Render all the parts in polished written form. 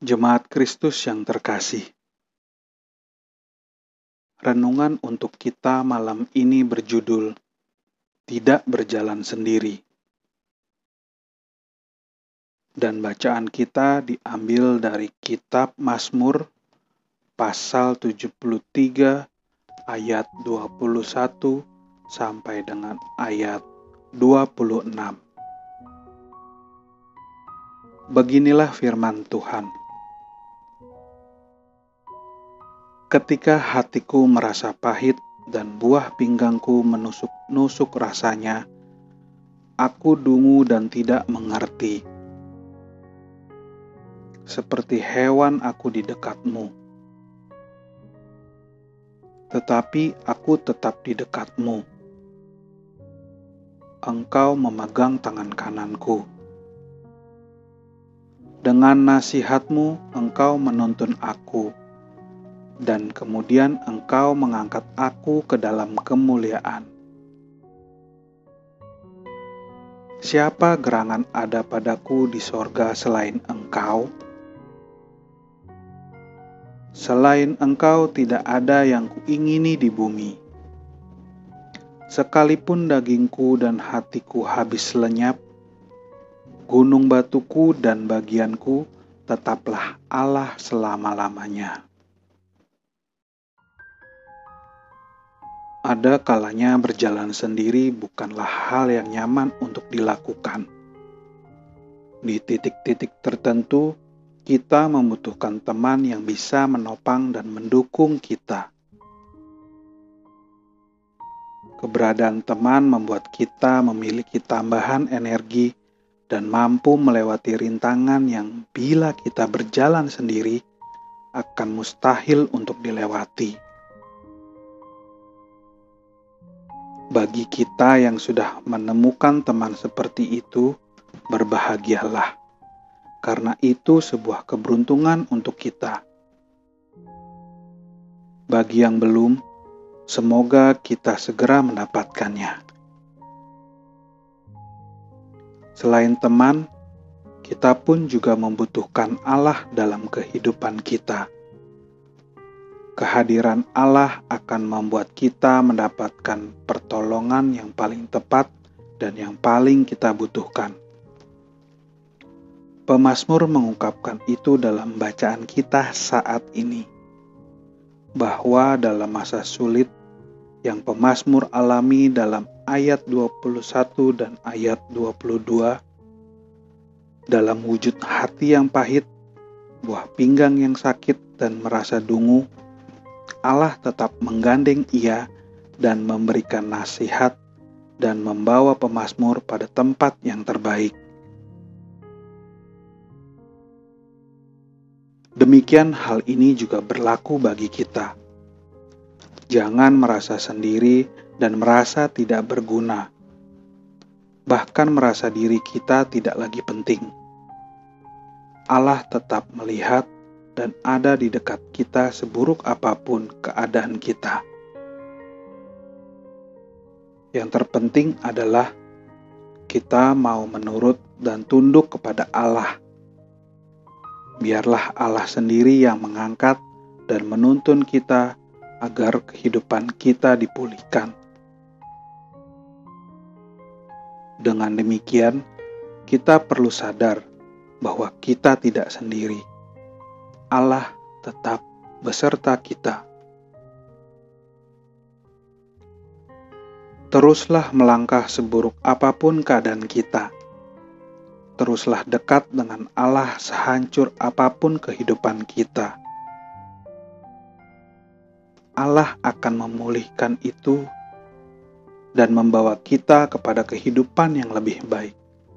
Jemaat Kristus yang terkasih, renungan untuk kita malam ini berjudul Tidak Berjalan Sendiri. Dan bacaan kita diambil dari kitab Mazmur pasal 73 ayat 21 sampai dengan ayat 26. Beginilah firman Tuhan. Ketika hatiku merasa pahit dan buah pinggangku menusuk-nusuk rasanya, aku dungu dan tidak mengerti. Seperti hewan aku di dekatmu. Tetapi aku tetap di dekatmu. Engkau memegang tangan kananku. Dengan nasihatmu engkau menuntun aku. Dan kemudian engkau mengangkat aku ke dalam kemuliaan. Siapa gerangan ada padaku di sorga selain engkau? Selain engkau tidak ada yang kuingini di bumi. Sekalipun dagingku dan hatiku habis lenyap, gunung batuku dan bagianku tetaplah Allah selama-lamanya. Ada kalanya berjalan sendiri bukanlah hal yang nyaman untuk dilakukan. Di titik-titik tertentu, kita membutuhkan teman yang bisa menopang dan mendukung kita. Keberadaan teman membuat kita memiliki tambahan energi dan mampu melewati rintangan yang bila kita berjalan sendiri akan mustahil untuk dilewati. Bagi kita yang sudah menemukan teman seperti itu, berbahagialah, karena itu sebuah keberuntungan untuk kita. Bagi yang belum, semoga kita segera mendapatkannya. Selain teman, kita pun juga membutuhkan Allah dalam kehidupan kita. Kehadiran Allah akan membuat kita mendapatkan pertolongan yang paling tepat dan yang paling kita butuhkan. Pemazmur mengungkapkan itu dalam bacaan kita saat ini, bahwa dalam masa sulit yang pemazmur alami dalam ayat 21 dan ayat 22, dalam wujud hati yang pahit, buah pinggang yang sakit dan merasa dungu, Allah tetap menggandeng ia dan memberikan nasihat dan membawa pemazmur pada tempat yang terbaik. Demikian hal ini juga berlaku bagi kita. Jangan merasa sendiri dan merasa tidak berguna. Bahkan merasa diri kita tidak lagi penting. Allah tetap melihat dan ada di dekat kita seburuk apapun keadaan kita. Yang terpenting adalah kita mau menurut dan tunduk kepada Allah. Biarlah Allah sendiri yang mengangkat dan menuntun kita agar kehidupan kita dipulihkan. Dengan demikian, kita perlu sadar bahwa kita tidak sendiri. Allah tetap beserta kita. Teruslah melangkah seburuk apapun keadaan kita. Teruslah dekat dengan Allah sehancur apapun kehidupan kita. Allah akan memulihkan itu dan membawa kita kepada kehidupan yang lebih baik.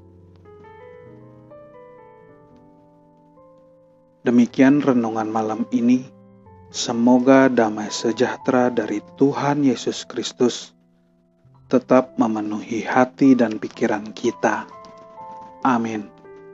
Demikian renungan malam ini. Semoga damai sejahtera dari Tuhan Yesus Kristus tetap memenuhi hati dan pikiran kita. Amin.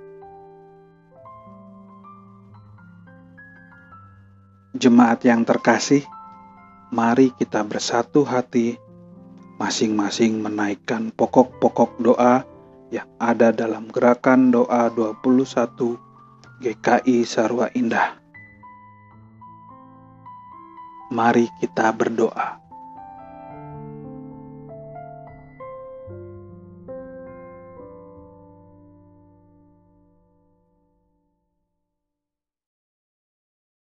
Jemaat yang terkasih, mari kita bersatu hati, masing-masing menaikkan pokok-pokok doa yang ada dalam gerakan doa 21 GKI Sarwa Indah. Mari kita berdoa.